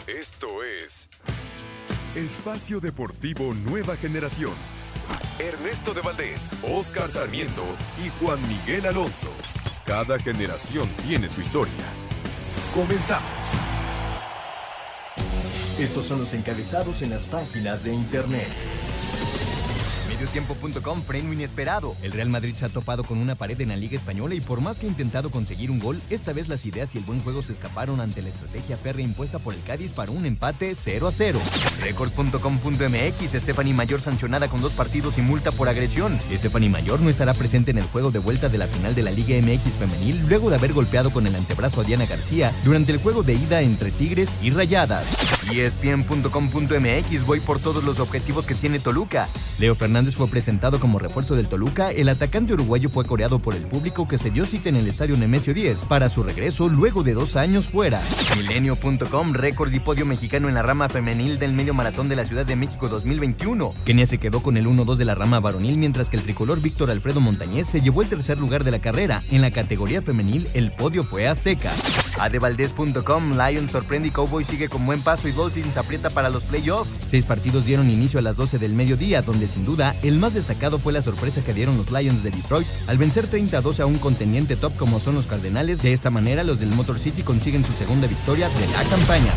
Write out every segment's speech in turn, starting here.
Esto es Espacio Deportivo Nueva Generación. Ernesto de Valdés, Óscar Sarmiento y Juan Miguel Alonso. Cada generación tiene su historia. Comenzamos. Estos son los encabezados en las páginas de internet. Mediotiempo.com, freno inesperado. El Real Madrid se ha topado con una pared en la Liga Española y por más que ha intentado conseguir un gol, esta vez las ideas y el buen juego se escaparon ante la estrategia férrea impuesta por el Cádiz para un empate 0-0. Record.com.mx, Stephanie Mayor sancionada con 2 partidos y multa por agresión. Stephanie Mayor no estará presente en el juego de vuelta de la final de la Liga MX femenil luego de haber golpeado con el antebrazo a Diana García durante el juego de ida entre Tigres y Rayadas. ESPN.com.mx, voy por todos los objetivos que tiene Toluca. Leo Fernández fue presentado como refuerzo del Toluca. El atacante uruguayo fue coreado por el público que se dio cita en el estadio Nemesio 10 para su regreso luego de 2 años fuera. Milenio.com, récord y podio mexicano en la rama femenil del medio maratón de la Ciudad de México 2021. Kenia se quedó con el 1-2 de la rama varonil, mientras que el tricolor Víctor Alfredo Montañez se llevó el tercer lugar de la carrera. En la categoría femenil, el podio fue azteca. Adevaldez.com, Lions sorprende y Cowboys sigue con buen paso y Dolphins aprieta para los playoffs. 6 partidos dieron inicio a las 12 del mediodía, donde sin duda el más destacado fue la sorpresa que dieron los Lions de Detroit al vencer 30-12 a un contendiente top como son los Cardenales. De esta manera, los del Motor City consiguen su segunda victoria de la campaña.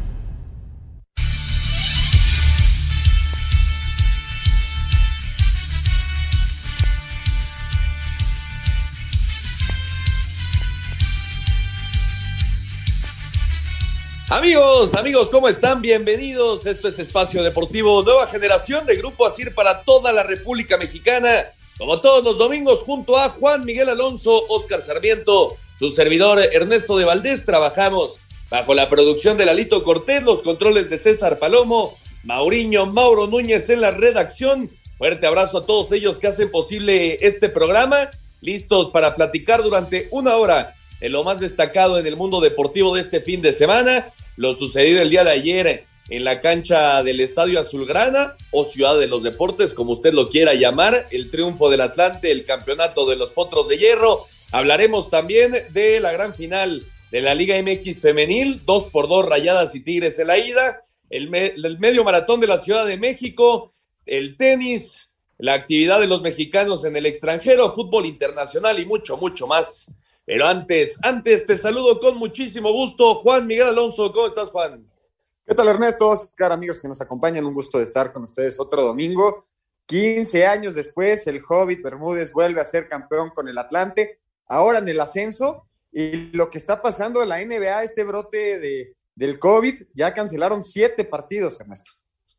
Amigos, ¿cómo están? Bienvenidos. Esto es Espacio Deportivo Nueva Generación de Grupo ASIR para toda la República Mexicana. Como todos los domingos, junto a Juan Miguel Alonso, Óscar Sarmiento, su servidor Ernesto de Valdés, trabajamos bajo la producción de Lalito Cortés, los controles de César Palomo, Mauro Núñez en la redacción. Fuerte abrazo a todos ellos que hacen posible este programa. Listos para platicar durante 1 hora en lo más destacado en el mundo deportivo de este fin de semana, lo sucedido el día de ayer en la cancha del Estadio Azulgrana o Ciudad de los Deportes, como usted lo quiera llamar, el triunfo del Atlante, el campeonato de los Potros de Hierro. Hablaremos también de la gran final de la Liga MX femenil, 2x2 Rayadas y Tigres en la ida, el medio maratón de la Ciudad de México, el tenis, la actividad de los mexicanos en el extranjero, fútbol internacional y mucho más. Pero antes te saludo con muchísimo gusto, Juan Miguel Alonso. ¿Cómo estás, Juan? ¿Qué tal, Ernesto? Oscar, amigos que nos acompañan, un gusto de estar con ustedes otro domingo. 15 años después, el Hobbit Bermúdez vuelve a ser campeón con el Atlante, ahora en el ascenso, y lo que está pasando en la NBA, este brote del COVID, ya cancelaron 7 partidos, Ernesto.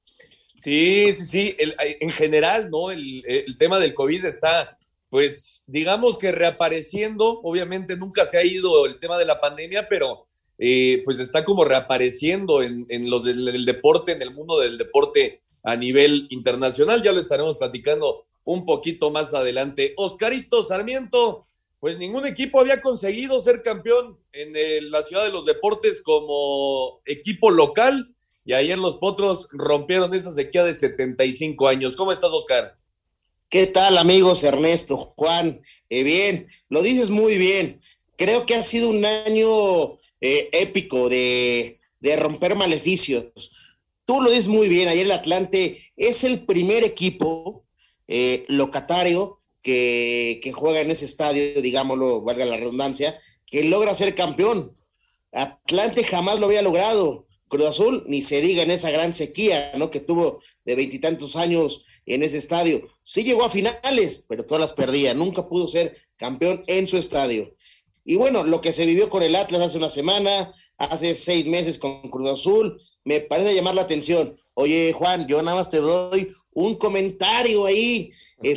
Sí. En general, ¿no? El tema del COVID está, pues, digamos que reapareciendo. Obviamente nunca se ha ido el tema de la pandemia, pero pues está como reapareciendo en el deporte, en el mundo del deporte a nivel internacional. Ya lo estaremos platicando un poquito más adelante. Oscarito Sarmiento, pues ningún equipo había conseguido ser campeón en la Ciudad de los Deportes como equipo local, y ayer los Potros rompieron esa sequía de 75 años. ¿Cómo estás, Oscar? ¿Qué tal, amigos? Ernesto, Juan, bien, lo dices muy bien. Creo que ha sido un año épico de romper maleficios. Tú lo dices muy bien, ayer el Atlante es el primer equipo locatario que juega en ese estadio, digámoslo, valga la redundancia, que logra ser campeón. Atlante jamás lo había logrado. Cruz Azul, ni se diga en esa gran sequía, ¿no?, que tuvo de 20 y tantos años en ese estadio. Sí llegó a finales, pero todas las perdía. Nunca pudo ser campeón en su estadio. Y bueno, lo que se vivió con el Atlas hace una semana, hace 6 meses con Cruz Azul, me parece llamar la atención. Oye, Juan, yo nada más te doy un comentario ahí,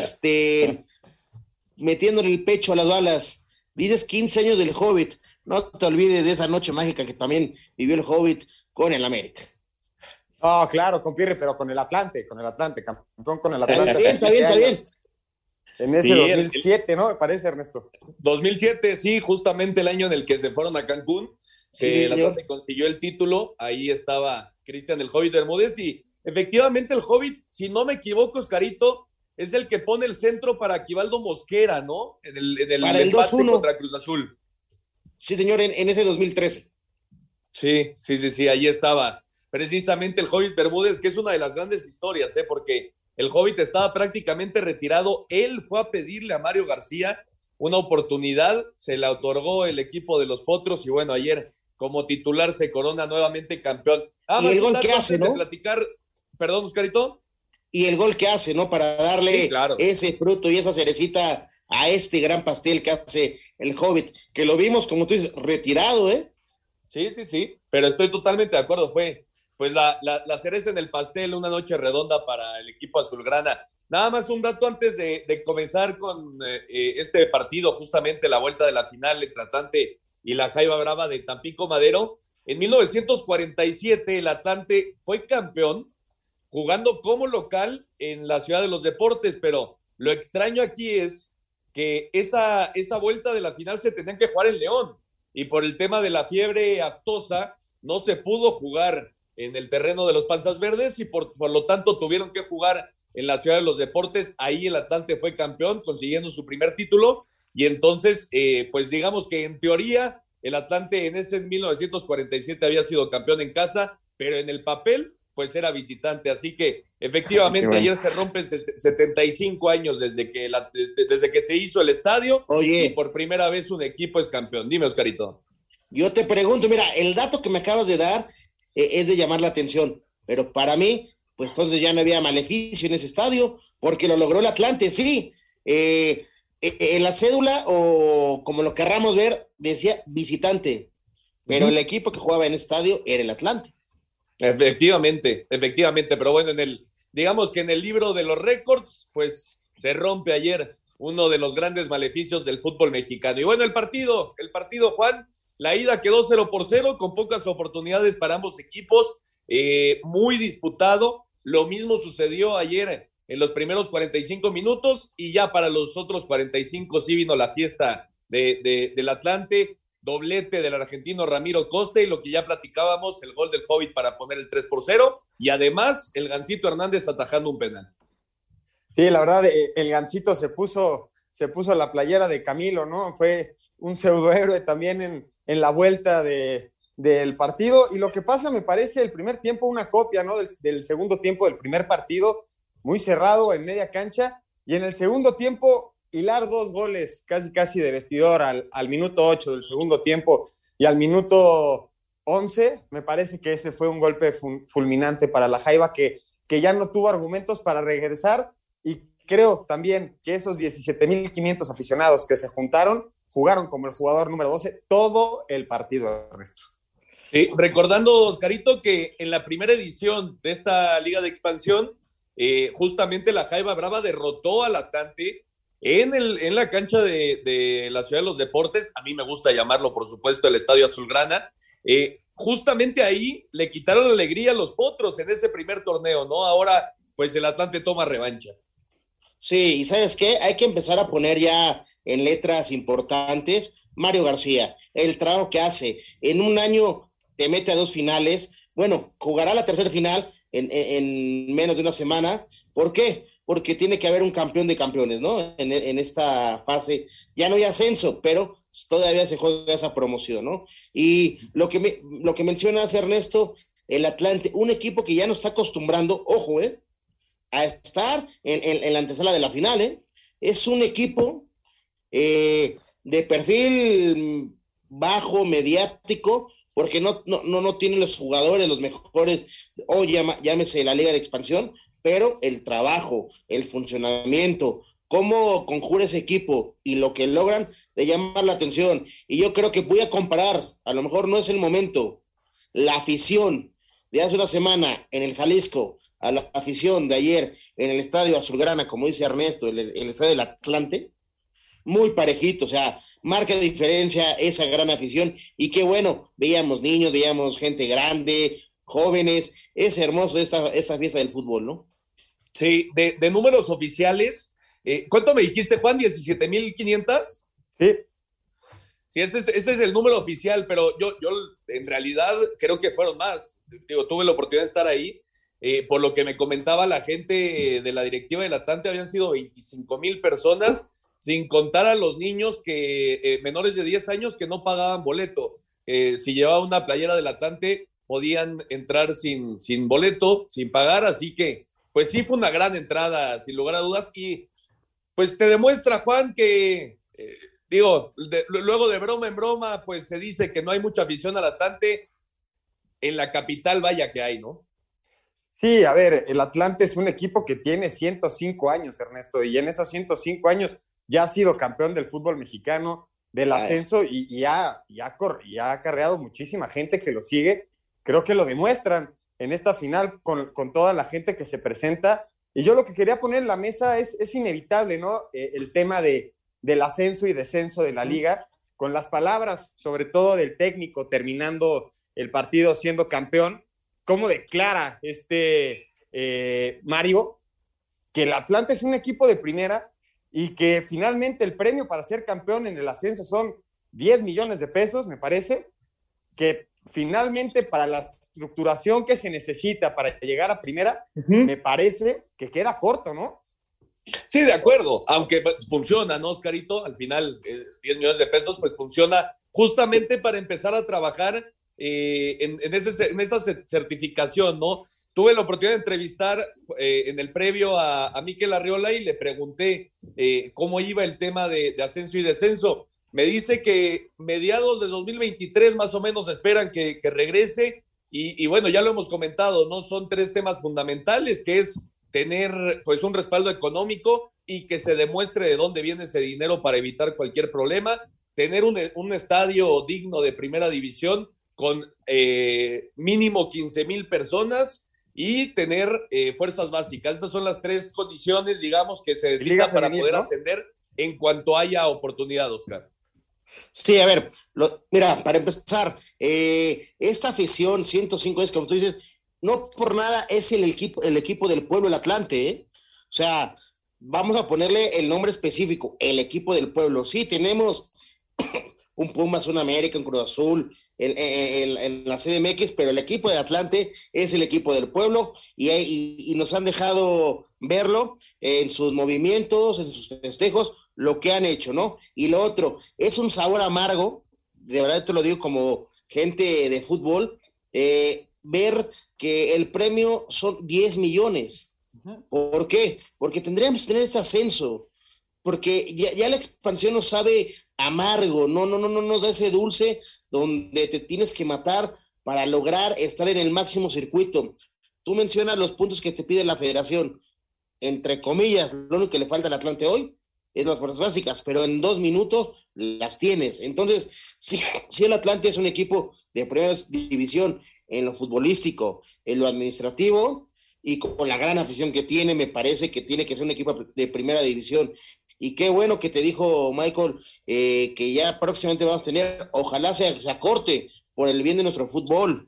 metiéndole el pecho a las balas. Dices 15 años del Hobbit. No te olvides de esa noche mágica que también vivió el Hobbit con el América. No, claro, compirre, pero con el Atlante, campeón con el Atlante. Está bien. En ese 2007, ¿no? Me parece, Ernesto. 2007, sí, justamente el año en el que se fueron a Cancún, que el Atlante consiguió el título. Ahí estaba Cristian el Hobbit Bermúdez, y efectivamente el Hobbit, si no me equivoco, Oscarito, es el que pone el centro para Aquivaldo Mosquera, ¿no? En el para el empate 2-1 contra Cruz Azul. Sí, señor, en ese 2013. Sí, ahí estaba. Precisamente el Hobbit Bermúdez, que es una de las grandes historias, porque el Hobbit estaba prácticamente retirado. Él fue a pedirle a Mario García una oportunidad, se la otorgó el equipo de los Potros y bueno, ayer como titular se corona nuevamente campeón. Y el gol que hace, ¿no? De platicar, perdón, Oscarito. Y el gol que hace, ¿no? Para darle claro, ese fruto y esa cerecita a este gran pastel que hace el Hobbit, que lo vimos, como tú dices, retirado, Sí, pero estoy totalmente de acuerdo. Fue pues la cereza en el pastel, una noche redonda para el equipo azulgrana. Nada más un dato antes de comenzar con este partido, justamente la vuelta de la final entre Atlante y la Jaiba Brava de Tampico Madero. En 1947 el Atlante fue campeón jugando como local en la Ciudad de los Deportes, pero lo extraño aquí es que esa vuelta de la final se tenían que jugar en León y por el tema de la fiebre aftosa no se pudo jugar en el terreno de los Panzas Verdes y por lo tanto tuvieron que jugar en la Ciudad de los Deportes. Ahí el Atlante fue campeón, consiguiendo su primer título y entonces, pues digamos que en teoría el Atlante en ese 1947 había sido campeón en casa, pero en el papel pues era visitante, así que efectivamente ayer se rompen 75 años desde que se hizo el estadio. Oye, y por primera vez un equipo es campeón. Dime, Oscarito. Yo te pregunto, mira, el dato que me acabas de dar es de llamar la atención, pero para mí, pues entonces ya no había maleficio en ese estadio, porque lo logró el Atlante, sí. En la cédula, o como lo querramos ver, decía visitante, pero el equipo que jugaba en ese estadio era el Atlante. Efectivamente, pero bueno, digamos que en el libro de los récords, pues se rompe ayer uno de los grandes maleficios del fútbol mexicano. Y bueno, el partido, Juan, la ida quedó 0-0, con pocas oportunidades para ambos equipos, muy disputado. Lo mismo sucedió ayer en los primeros 45 minutos y ya para los otros 45 sí vino la fiesta del Atlante. Doblete del argentino Ramiro Costa y lo que ya platicábamos, el gol del Hobbit para poner el 3-0 y además el Gansito Hernández atajando un penal. Sí, la verdad, el Gansito se puso la playera de Camilo, ¿no? Fue un pseudohéroe también en la vuelta del partido. Y lo que pasa, me parece, el primer tiempo una copia, ¿no? Del segundo tiempo del primer partido, muy cerrado en media cancha. Y en el segundo tiempo, hilar dos goles casi de vestidor al minuto 8 del segundo tiempo y al minuto 11, me parece que ese fue un golpe fulminante para la Jaiba que ya no tuvo argumentos para regresar y creo también que esos 17,500 aficionados que se juntaron jugaron como el jugador número 12 todo el partido, Ernesto. Sí, recordando, Oscarito, que en la primera edición de esta Liga de Expansión, justamente la Jaiba Brava derrotó al Atlante en la cancha de la Ciudad de los Deportes. A mí me gusta llamarlo, por supuesto, el Estadio Azulgrana. Justamente ahí le quitaron la alegría a los Potros en este primer torneo, ¿no? Ahora, pues el Atlante toma revancha. Sí, y ¿sabes qué? Hay que empezar a poner ya en letras importantes Mario García, el trabajo que hace. En un año te mete a 2 finales. Bueno, jugará la tercera final en menos de una semana. ¿Por qué? Porque tiene que haber un campeón de campeones, ¿no? En esta fase ya no hay ascenso, pero todavía se juega esa promoción, ¿no? Y lo que mencionas, Ernesto, el Atlante, un equipo que ya no está acostumbrando, ojo, a estar en la antesala de la final, es un equipo de perfil bajo, mediático, porque no tienen los jugadores, los mejores, o llámese la Liga de Expansión, pero el trabajo, el funcionamiento, cómo conjura ese equipo y lo que logran de llamar la atención. Y yo creo que voy a comparar, a lo mejor no es el momento, la afición de hace una semana en el Jalisco a la afición de ayer en el Estadio Azulgrana, como dice Ernesto, el Estadio del Atlante, muy parejito, o sea, marca de diferencia esa gran afición. Y qué bueno, veíamos niños, veíamos gente grande, jóvenes. Es hermoso esta fiesta del fútbol, ¿no? Sí, de números oficiales, ¿cuánto me dijiste, Juan? ¿17,500? Sí. Sí, ese es el número oficial, pero yo en realidad creo que fueron más. Digo, tuve la oportunidad de estar ahí. Por lo que me comentaba la gente de la directiva del Atlante, habían sido 25,000 personas, sin contar a los niños menores de 10 años que no pagaban boleto. si llevaba una playera del Atlante, podían entrar sin boleto, sin pagar, así que pues sí fue una gran entrada, sin lugar a dudas, y pues te demuestra, Juan, que luego de broma en broma, pues se dice que no hay mucha afición al Atlante. En la capital, vaya que hay, ¿no? Sí, a ver, el Atlante es un equipo que tiene 105 años, Ernesto, y en esos 105 años ya ha sido campeón del fútbol mexicano, del ascenso, y ha acarreado muchísima gente que lo sigue. Creo que lo demuestran en esta final con toda la gente que se presenta. Y yo lo que quería poner en la mesa es inevitable, ¿no? El tema del ascenso y descenso de la liga, con las palabras, sobre todo del técnico, terminando el partido siendo campeón. ¿Cómo declara Mario que el Atlante es un equipo de primera y que finalmente el premio para ser campeón en el ascenso son 10 millones de pesos, me parece, que finalmente para la estructuración que se necesita para llegar a primera, me parece que queda corto, ¿no? Sí, de acuerdo, aunque funciona, ¿no, Oscarito? Al final, 10 millones de pesos, pues funciona justamente para empezar a trabajar en esa certificación, ¿no? Tuve la oportunidad de entrevistar en el previo a Mikel Arriola y le pregunté cómo iba el tema de ascenso y descenso. Me dice que mediados de 2023 más o menos esperan que regrese y bueno, ya lo hemos comentado, ¿no? Son 3 temas fundamentales, que es tener pues un respaldo económico y que se demuestre de dónde viene ese dinero para evitar cualquier problema, tener un estadio digno de primera división con mínimo 15,000 personas y tener fuerzas básicas. Esas son las 3 condiciones, digamos, que se necesitan para poder ascender en cuanto haya oportunidad, Oscar. Sí, a ver, mira, para empezar, esta afición, 105 años, como tú dices, no por nada es el equipo del pueblo, el Atlante, ¿eh? O sea, vamos a ponerle el nombre específico, el equipo del pueblo. Sí, tenemos un Pumas, un América, un Cruz Azul, en la CDMX, pero el equipo de Atlante es el equipo del pueblo y nos han dejado verlo en sus movimientos, en sus festejos, lo que han hecho, ¿no? Y lo otro, es un sabor amargo, de verdad te lo digo como gente de fútbol, ver que el premio son 10 millones. ¿Por qué? Porque tendríamos que tener este ascenso, porque ya la expansión nos sabe amargo, no nos da ese dulce donde te tienes que matar para lograr estar en el máximo circuito. Tú mencionas los puntos que te pide la federación, entre comillas, lo único que le falta al Atlante hoy es las fuerzas básicas, pero en 2 minutos las tienes. Entonces, si el Atlante es un equipo de primera división en lo futbolístico, en lo administrativo, y con la gran afición que tiene, me parece que tiene que ser un equipo de primera división. Y qué bueno que te dijo Michael, que ya próximamente vamos a tener, ojalá se acorte por el bien de nuestro fútbol.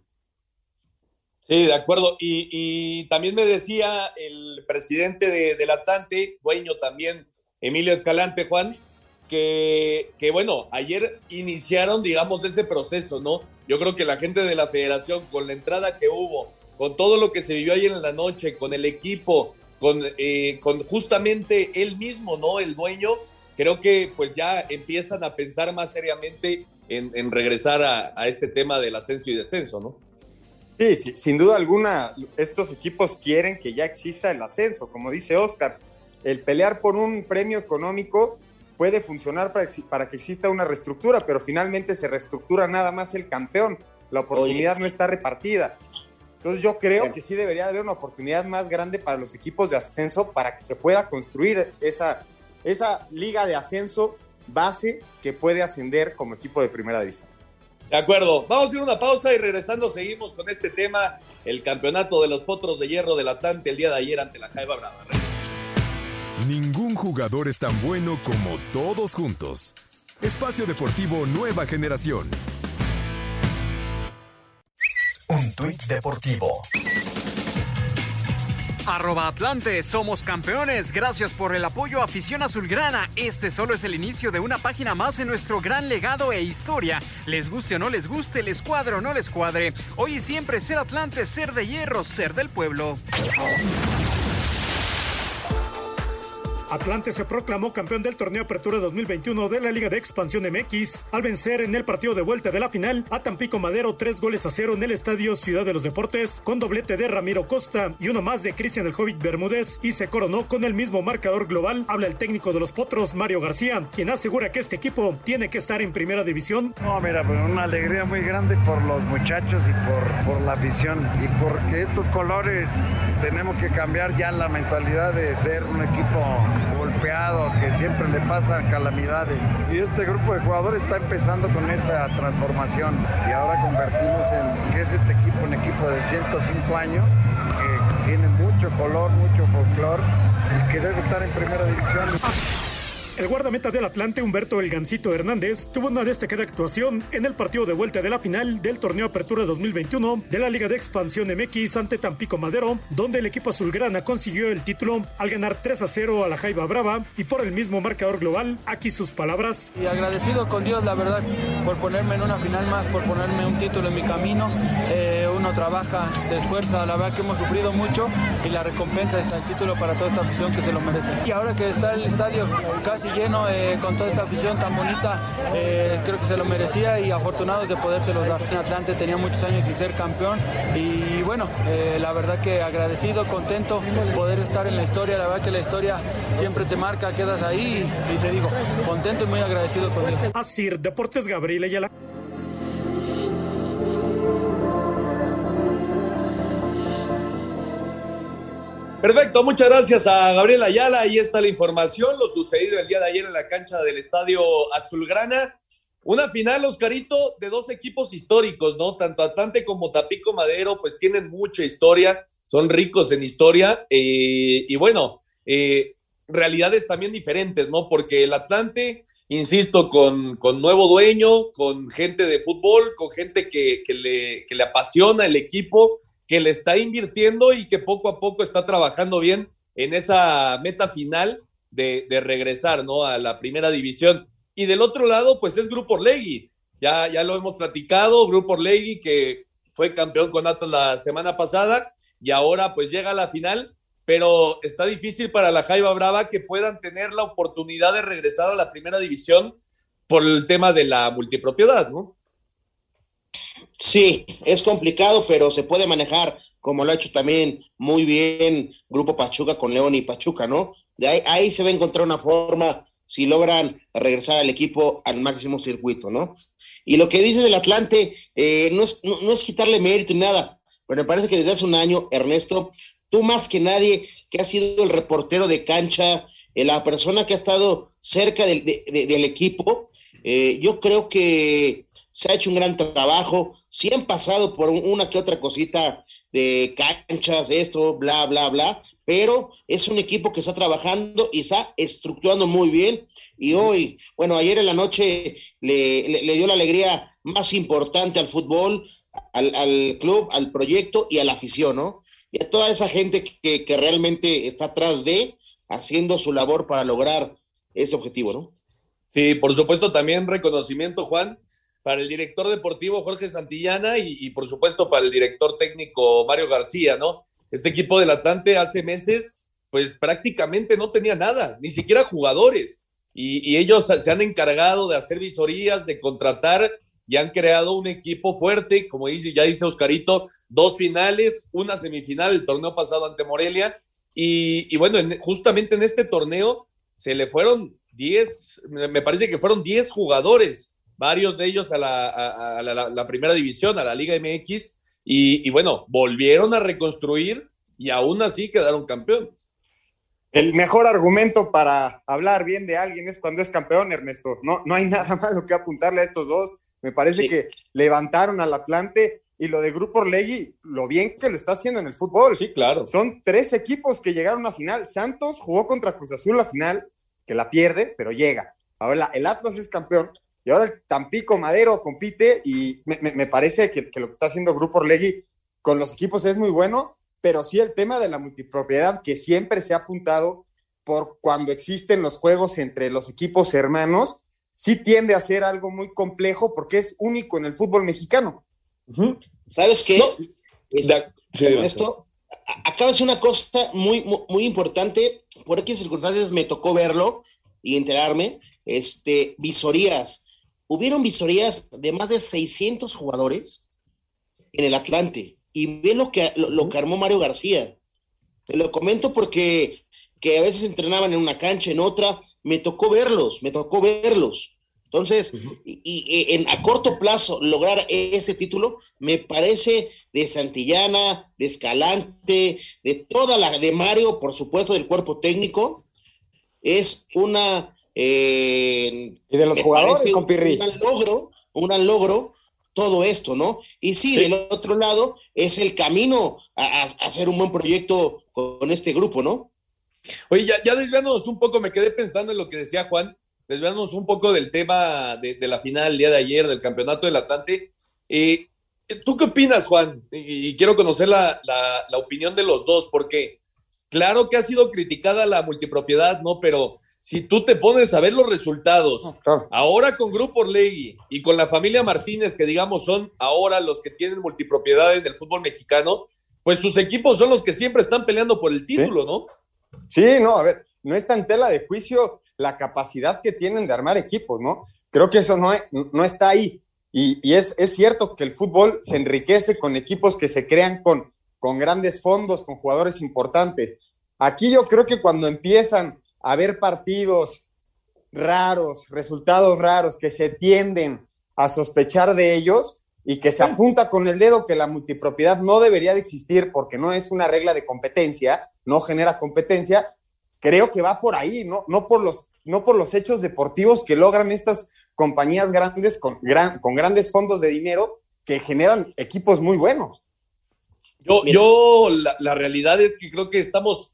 Sí, de acuerdo. Y también me decía el presidente del Atlante, dueño también, Emilio Escalante, Juan, que bueno, ayer iniciaron, digamos, ese proceso, ¿no? Yo creo que la gente de la federación, con la entrada que hubo, con todo lo que se vivió ayer en la noche, con el equipo, con justamente él mismo, ¿no? El dueño, creo que pues ya empiezan a pensar más seriamente en regresar a este tema del ascenso y descenso, ¿no? Sí, sin duda alguna, estos equipos quieren que ya exista el ascenso, como dice Oscar. El pelear por un premio económico puede funcionar para que exista una reestructura, pero finalmente se reestructura nada más el campeón. La oportunidad no está repartida. Entonces yo creo que sí debería haber una oportunidad más grande para los equipos de ascenso para que se pueda construir esa liga de ascenso base que puede ascender como equipo de primera división. De acuerdo, vamos a ir a una pausa y regresando seguimos con este tema, el campeonato de los Potros de Hierro del Atlante el día de ayer ante la Jaiba Brava. Ningún jugador es tan bueno como todos juntos. Espacio Deportivo Nueva Generación. Un tuit deportivo. @Atlante, somos campeones. Gracias por el apoyo, afición azulgrana. Este solo es el inicio de una página más en nuestro gran legado e historia. Les guste o no les guste, les cuadre o no les cuadre. Hoy y siempre ser Atlante, ser de hierro, ser del pueblo. Atlante se proclamó campeón del torneo Apertura 2021 de la Liga de Expansión MX al vencer en el partido de vuelta de la final a Tampico Madero 3-0 en el estadio Ciudad de los Deportes, con doblete de Ramiro Costa y uno más de Cristian el Hobbit Bermúdez, y se coronó con el mismo marcador global. Habla el técnico de los Potros, Mario García, quien asegura que este equipo tiene que estar en primera división. No, mira, pues una alegría muy grande por los muchachos y por la afición, y porque estos colores tenemos que cambiar ya la mentalidad de ser un equipo golpeado, que siempre le pasan calamidades, y este grupo de jugadores está empezando con esa transformación, y ahora convertimos en que es este equipo un equipo de 105 años que tiene mucho color, mucho folclore, y que debe estar en primera división. El guardameta del Atlante, Humberto El Gancito Hernández, tuvo una destacada actuación en el partido de vuelta de la final del torneo Apertura 2021 de la Liga de Expansión MX ante Tampico Madero, donde el equipo azulgrana consiguió el título al ganar 3-0 a la Jaiba Brava, y por el mismo marcador global. Aquí sus palabras. Y agradecido con Dios, la verdad, por ponerme en una final más, por ponerme un título en mi camino. Uno trabaja, se esfuerza, la verdad que hemos sufrido mucho, y la recompensa está el título para toda esta afición que se lo merece. Y ahora que está el estadio casi lleno, con toda esta afición tan bonita, creo que se lo merecía, y afortunados de podérselos dar. En Atlante tenía muchos años sin ser campeón, y bueno, la verdad que agradecido, contento poder estar en la historia. La verdad que la historia siempre te marca, quedas ahí, y te digo, contento y muy agradecido con Dios. Asir Deportes, Gabriel Ayala. Perfecto, muchas gracias a Gabriel Ayala. Ahí está la información, lo sucedido el día de ayer en la cancha del Estadio Azulgrana. Una final, Oscarito, de dos equipos históricos, ¿no? Tanto Atlante como Tampico Madero, pues tienen mucha historia, son ricos en historia, y bueno, realidades también diferentes, ¿no? Porque el Atlante, insisto, con nuevo dueño, con gente de fútbol, con gente que le apasiona el equipo, que le está invirtiendo y que poco a poco está trabajando bien en esa meta final de regresar, ¿no?, a la primera división. Y del otro lado, pues es Grupo Orlegui. Ya lo hemos platicado, Grupo Orlegui, que fue campeón con Atlas la semana pasada y ahora pues llega a la final, pero está difícil para la Jaiba Brava que puedan tener la oportunidad de regresar a la primera división por el tema de la multipropiedad, ¿no? Sí, es complicado, pero se puede manejar, como lo ha hecho también muy bien Grupo Pachuca con León y Pachuca, ¿no? Ahí se va a encontrar una forma si logran regresar al equipo al máximo circuito, ¿no? Y lo que dice del Atlante, no es quitarle mérito ni nada, pero me parece que desde hace un año, Ernesto, tú más que nadie, que has sido el reportero de cancha, la persona que ha estado cerca del equipo, yo creo que se ha hecho un gran trabajo. Sí han pasado por una que otra cosita de canchas, esto, bla, bla, bla, pero es un equipo que está trabajando y está estructurando muy bien. Y hoy, bueno, ayer en la noche le dio la alegría más importante al fútbol, al club, al proyecto y a la afición, ¿no? Y a toda esa gente que realmente está atrás haciendo su labor para lograr ese objetivo, ¿no? Sí, por supuesto, también reconocimiento, Juan, para el director deportivo Jorge Santillana y por supuesto para el director técnico Mario García, ¿no? Este equipo del Atlante hace meses, pues prácticamente no tenía nada, ni siquiera jugadores, y ellos se han encargado de hacer visorías, de contratar, y han creado un equipo fuerte, como ya dice Oscarito, 2 finales, una semifinal el torneo pasado ante Morelia, y bueno, justamente en este torneo se le fueron 10, me parece que fueron 10 jugadores, varios de ellos a la primera división, a la Liga MX, y bueno, volvieron a reconstruir y aún así quedaron campeones. El mejor argumento para hablar bien de alguien es cuando es campeón, Ernesto. No hay nada malo que apuntarle a estos dos. Me parece que levantaron al Atlante, y lo de Grupo Orlegui, lo bien que lo está haciendo en el fútbol. Sí, claro. Son 3 equipos que llegaron a final. Santos jugó contra Cruz Azul la final, que la pierde, pero llega. Ahora el Atlas es campeón, y ahora el Tampico Madero compite, y me parece que lo que está haciendo Grupo Orlegui con los equipos es muy bueno, pero sí el tema de la multipropiedad, que siempre se ha apuntado por cuando existen los juegos entre los equipos hermanos, sí tiende a ser algo muy complejo porque es único en el fútbol mexicano. ¿Sabes qué? No. Esto, acaba de ser una cosa muy, muy, muy importante. Por aquí circunstancias me tocó verlo y enterarme. Visorías. Hubieron visorías de más de 600 jugadores en el Atlante. Y ve lo que armó Mario García. Te lo comento porque que a veces entrenaban en una cancha, en otra. Me tocó verlos. Entonces, a corto plazo, lograr ese título, me parece de Santillana, de Escalante, de Mario, por supuesto, del cuerpo técnico, es una... y de los jugadores, con Pirri. Un gran logro, todo esto, ¿no? Y sí, del otro lado, es el camino a hacer un buen proyecto con este grupo, ¿no? Oye, ya desviándonos un poco, me quedé pensando en lo que decía Juan, desviándonos un poco del tema de la final el día de ayer, del campeonato del Atlante. ¿Tú qué opinas, Juan? Y quiero conocer la opinión de los dos, porque claro que ha sido criticada la multipropiedad, ¿no? Pero si tú te pones a ver los resultados, ahora con Grupo Orlegui y con la familia Martínez, que digamos son ahora los que tienen multipropiedad en el fútbol mexicano, pues sus equipos son los que siempre están peleando por el título, ¿no? Sí, no, a ver, no está en tela de juicio la capacidad que tienen de armar equipos, ¿no? Creo que eso no está ahí. Y es cierto que el fútbol se enriquece con equipos que se crean con grandes fondos, con jugadores importantes. Aquí yo creo que cuando empiezan a haber partidos raros, resultados raros, que se tienden a sospechar de ellos y que se apunta con el dedo que la multipropiedad no debería de existir porque no es una regla de competencia, no genera competencia, creo que va por ahí, no por los hechos deportivos que logran estas compañías grandes con grandes fondos de dinero que generan equipos muy buenos. La realidad es que creo que estamos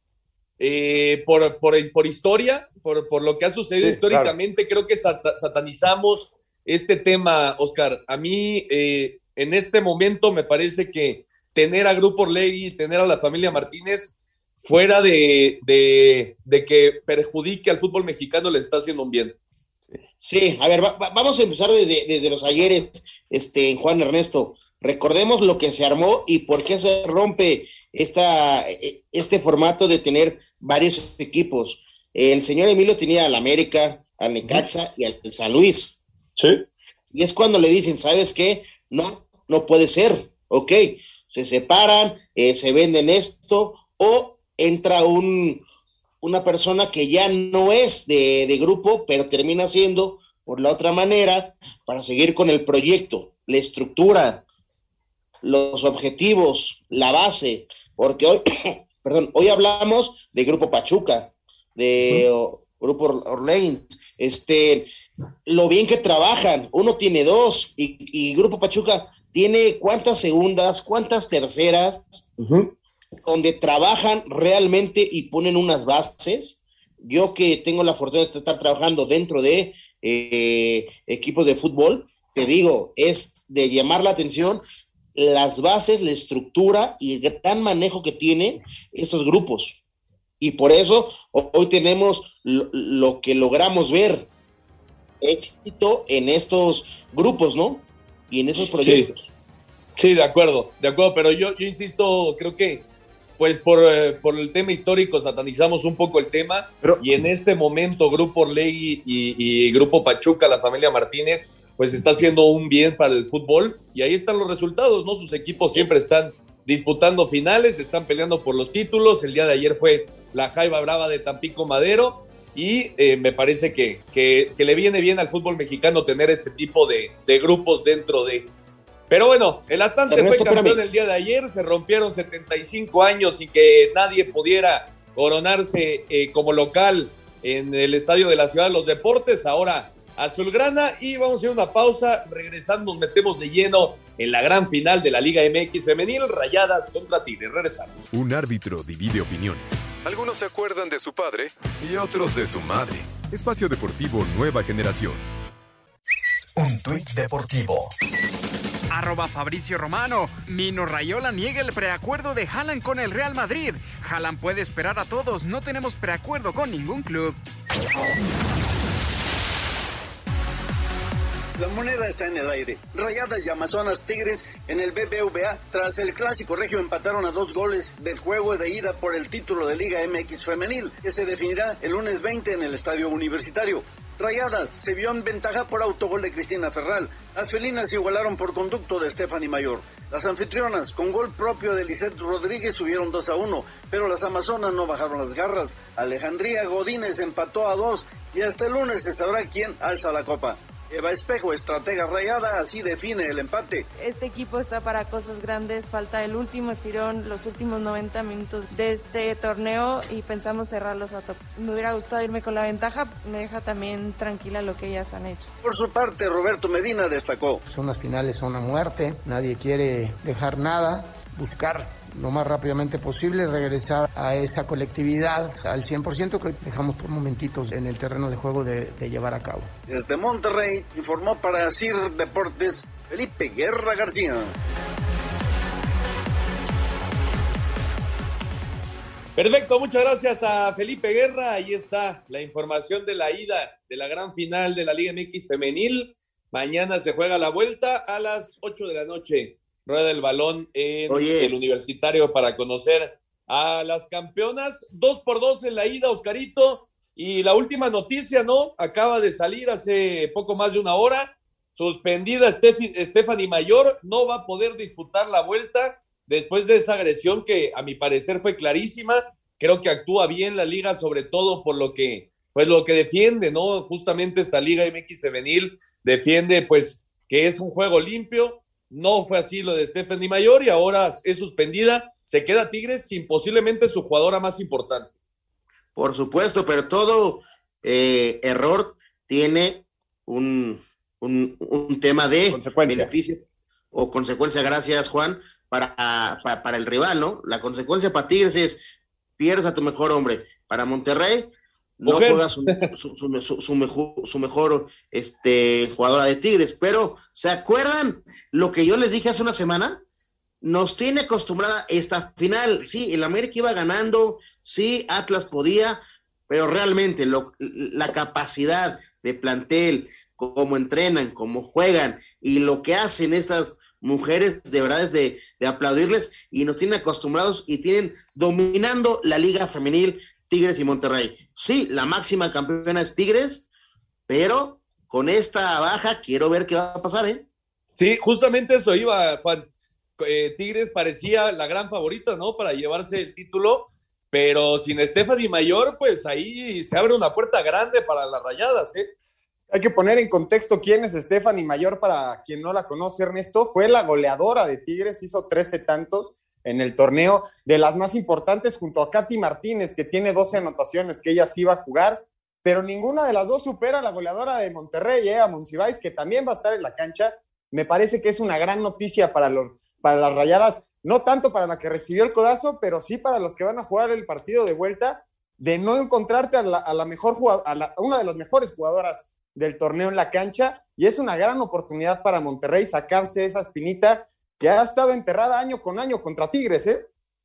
por historia, por lo que ha sucedido históricamente, claro. Creo que satanizamos este tema, Oscar. A mí en este momento me parece que tener a Grupo Orlegui, tener a la familia Martínez fuera de que perjudique al fútbol mexicano, le está haciendo un bien. Sí, a ver, vamos a empezar desde los ayeres, Juan Ernesto. Recordemos lo que se armó y por qué se rompe este formato de tener varios equipos. El señor Emilio tenía al América, al Necaxa y al San Luis. Sí. Y es cuando le dicen, ¿sabes qué? No puede ser. Ok, se separan, se venden esto, o entra una persona que ya no es de grupo, pero termina siendo por la otra manera para seguir con el proyecto, la estructura, los objetivos, la base, porque hoy hablamos de Grupo Pachuca, de Grupo Orlegui, lo bien que trabajan, uno tiene 2 y Grupo Pachuca tiene cuántas segundas, cuántas terceras, donde trabajan realmente y ponen unas bases. Yo que tengo la fortuna de estar trabajando dentro de equipos de fútbol, te digo, es de llamar la atención las bases, la estructura y el gran manejo que tienen estos grupos. Y por eso hoy tenemos lo que logramos ver, éxito en estos grupos, ¿no? Y en esos proyectos. Sí, de acuerdo, pero yo insisto, creo que pues por el tema histórico satanizamos un poco el tema, y en este momento Grupo Orlegui y Grupo Pachuca, la familia Martínez, pues está haciendo un bien para el fútbol, y ahí están los resultados, ¿no? Sus equipos siempre están disputando finales, están peleando por los títulos. El día de ayer fue la Jaiba Brava de Tampico Madero, y me parece que le viene bien al fútbol mexicano tener este tipo de grupos dentro de... Pero bueno, el Atlante fue campeón el día de ayer, se rompieron 75 años y que nadie pudiera coronarse como local en el estadio de la Ciudad de los Deportes, ahora azulgrana, y vamos a hacer una pausa. Regresando nos metemos de lleno en la gran final de la Liga MX femenil, Rayadas contra Tigres. Regresamos. Un árbitro divide opiniones. Algunos se acuerdan de su padre y otros de su madre. Espacio Deportivo Nueva Generación. Un tuit deportivo. @Fabricio Romano. Mino Raiola niega el preacuerdo de Haaland con el Real Madrid. Haaland puede esperar a todos, no tenemos preacuerdo con ningún club. La moneda está en el aire. Rayadas y Amazonas Tigres en el BBVA. Tras el clásico regio empataron a 2 goles del juego de ida por el título de Liga MX femenil, que se definirá el lunes 20 en el Estadio Universitario. Rayadas se vio en ventaja por autogol de Cristina Ferral. Las felinas igualaron por conducto de Stephanie Mayor. Las anfitrionas, con gol propio de Lisette Rodríguez, subieron 2-1, pero las amazonas no bajaron las garras. Alejandría Godínez empató a 2 y hasta el lunes se sabrá quién alza la copa. Eva Espejo, estratega rayada, así define el empate. Este equipo está para cosas grandes, falta el último estirón, los últimos 90 minutos de este torneo y pensamos cerrarlos a tope. Me hubiera gustado irme con la ventaja, me deja también tranquila lo que ellas han hecho. Por su parte, Roberto Medina destacó. Son las finales, son a muerte, nadie quiere dejar nada, buscar lo más rápidamente posible, regresar a esa colectividad al 100% que dejamos por momentitos en el terreno de juego de llevar a cabo. Desde Monterrey informó para CIR Deportes Felipe Guerra García. Perfecto, muchas gracias a Felipe Guerra. Ahí está la información de la ida de la gran final de la Liga MX femenil. Mañana se juega la vuelta a las 8 de la noche. Rueda el balón en el Universitario para conocer a las campeonas. 2-2 en la ida, Oscarito. Y la última noticia, ¿no? Acaba de salir hace poco más de una hora. Suspendida Stephanie Mayor. No va a poder disputar la vuelta después de esa agresión que a mi parecer fue clarísima. Creo que actúa bien la liga, sobre todo por lo que defiende, ¿no? Justamente esta Liga MX femenil defiende, pues, que es un juego limpio. No fue así lo de Stephanie Mayor y ahora es suspendida. Se queda Tigres sin posiblemente su jugadora más importante. Por supuesto, pero todo error tiene un tema de beneficio o consecuencia, gracias Juan, para el rival, ¿no? La consecuencia para Tigres es pierdes a tu mejor hombre. Para Monterrey no juega su mejor jugadora de Tigres, pero ¿se acuerdan lo que yo les dije hace una semana? Nos tiene acostumbrada esta final. Sí, el América iba ganando, sí, Atlas podía, pero realmente la capacidad de plantel, cómo entrenan, cómo juegan y lo que hacen estas mujeres, de verdad es de aplaudirles, y nos tienen acostumbrados y tienen dominando la liga femenil Tigres y Monterrey. Sí, la máxima campeona es Tigres, pero con esta baja quiero ver qué va a pasar, ¿eh? Sí, justamente eso iba, Juan. Tigres parecía la gran favorita, ¿no? Para llevarse el título, pero sin Stephanie Mayor, pues ahí se abre una puerta grande para las Rayadas, ¿eh? Hay que poner en contexto quién es Stephanie Mayor para quien no la conoce, Ernesto. Fue la goleadora de Tigres, hizo 13 tantos en el torneo, de las más importantes, junto a Katy Martínez, que tiene 12 anotaciones, que ella sí va a jugar, pero ninguna de las dos supera a la goleadora de Monterrey, a Monsiváis, que también va a estar en la cancha. Me parece que es una gran noticia para las Rayadas, no tanto para la que recibió el codazo, pero sí para los que van a jugar el partido de vuelta, de no encontrarte a una de las mejores jugadoras del torneo en la cancha, y es una gran oportunidad para Monterrey sacarse esa espinita que ha estado enterrada año con año contra Tigres, ¿eh?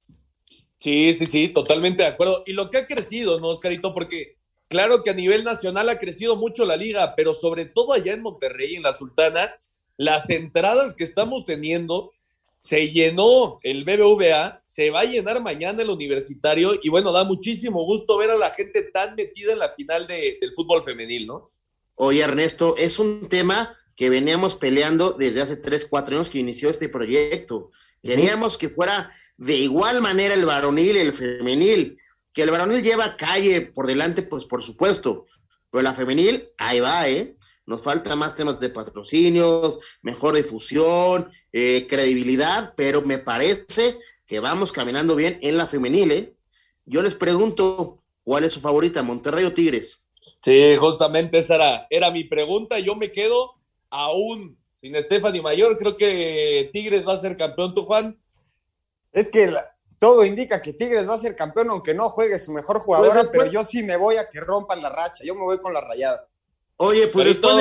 Sí, totalmente de acuerdo. Y lo que ha crecido, ¿no, Oscarito? Porque claro que a nivel nacional ha crecido mucho la liga, pero sobre todo allá en Monterrey, en la Sultana, las entradas que estamos teniendo, se llenó el BBVA, se va a llenar mañana el Universitario, y bueno, da muchísimo gusto ver a la gente tan metida en la final del fútbol femenil, ¿no? Oye, Ernesto, es un tema que veníamos peleando desde hace 3-4 años que inició este proyecto. Queríamos que fuera de igual manera el varonil y el femenil, que el varonil lleva calle por delante, pues por supuesto, pero la femenil, ahí va, nos falta más temas de patrocinios, mejor difusión, credibilidad, pero me parece que vamos caminando bien en la femenil, Yo les pregunto, ¿cuál es su favorita, Monterrey o Tigres? Sí, justamente esa era mi pregunta. Yo me quedo aún sin Stephanie Mayor. Creo que Tigres va a ser campeón. ¿Tú, Juan? Es que todo indica que Tigres va a ser campeón, aunque no juegue su mejor jugadora, pues pero yo sí me voy a que rompan la racha. Yo me voy con las Rayadas. Oye, pues después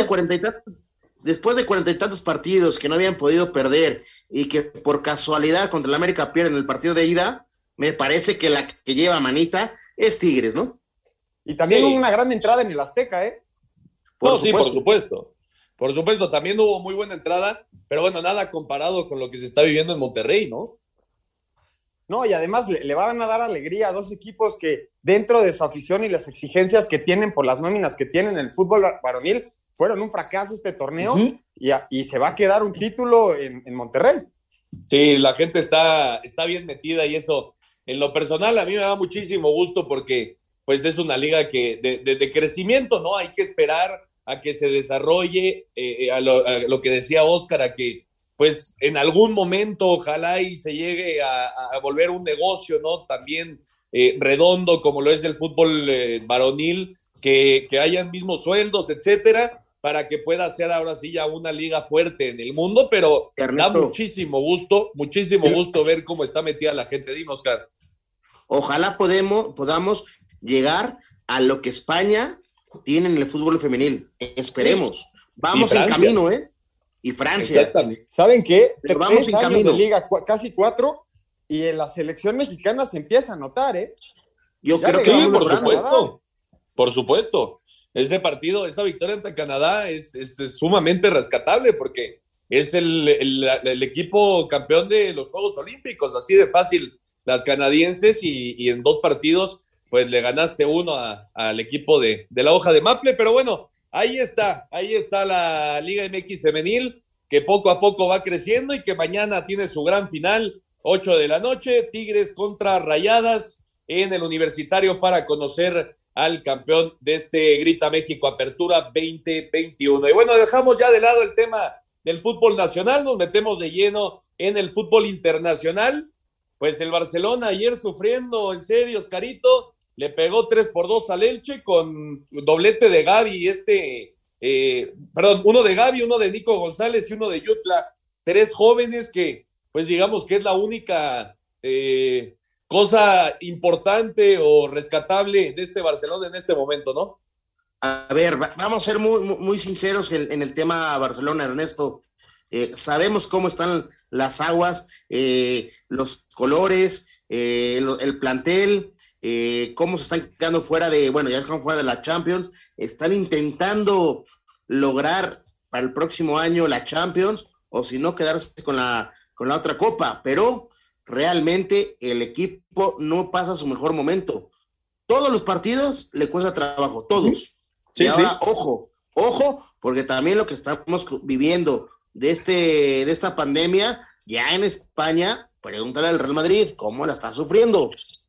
de 40 y tantos partidos que no habían podido perder y que por casualidad contra el América pierden el partido de ida, me parece que la que lleva manita es Tigres, ¿no? Y también una gran entrada en el Azteca, ¿eh? Por supuesto. Por supuesto, también hubo muy buena entrada, pero bueno, nada comparado con lo que se está viviendo en Monterrey, ¿no? No, y además le van a dar alegría a dos equipos que dentro de su afición y las exigencias que tienen por las nóminas que tienen en el fútbol varonil, fueron un fracaso este torneo, y se va a quedar un título en Monterrey. Sí, la gente está bien metida y eso, en lo personal, a mí me da muchísimo gusto porque pues es una liga que de crecimiento, ¿no? Hay que esperar a que se desarrolle, a lo que decía Óscar, a que pues en algún momento ojalá y se llegue a volver un negocio, ¿no? También redondo como lo es el fútbol varonil, que hayan mismos sueldos, etcétera, para que pueda ser ahora sí ya una liga fuerte en el mundo, pero Ernesto, da muchísimo gusto ver cómo está metida la gente. Dime, Oscar. Ojalá podamos llegar a lo que España tiene en el fútbol femenil. Esperemos. Vamos en camino, ¿eh? Y Francia. Exactamente. ¿Saben qué? Pero vamos en camino. De liga, casi 4, y en la selección mexicana se empieza a notar, ¿eh? Yo creo que sí, por supuesto. Por supuesto. Ese partido, esa victoria ante Canadá es sumamente rescatable porque es el equipo campeón de los Juegos Olímpicos, así de fácil las canadienses, y en 2 partidos pues le ganaste uno al equipo de la hoja de Maple, pero bueno, ahí está la Liga MX femenil, que poco a poco va creciendo y que mañana tiene su gran final, 8 de la noche, Tigres contra Rayadas en el Universitario, para conocer al campeón de este Grita México Apertura 2021. Y bueno, dejamos ya de lado el tema del fútbol nacional, nos metemos de lleno en el fútbol internacional. Pues el Barcelona ayer sufriendo, en serio, Oscarito, le pegó 3-2 al Elche con doblete de Gavi, uno de Gavi, uno de Nico González y uno de Yutla, 3 jóvenes que, pues digamos que es la única cosa importante o rescatable de este Barcelona en este momento, ¿no? A ver, vamos a ser muy, muy sinceros en el tema Barcelona, Ernesto. Sabemos cómo están las aguas, los colores, el plantel, cómo se están quedando fuera ya están fuera de la Champions, están intentando lograr para el próximo año la Champions, o si no, quedarse con la otra copa, pero realmente el equipo no pasa su mejor momento. Todos los partidos le cuesta trabajo, todos. Sí, y ahora, ojo, porque también lo que estamos viviendo de esta pandemia, ya en España, pregúntale al Real Madrid cómo la está sufriendo.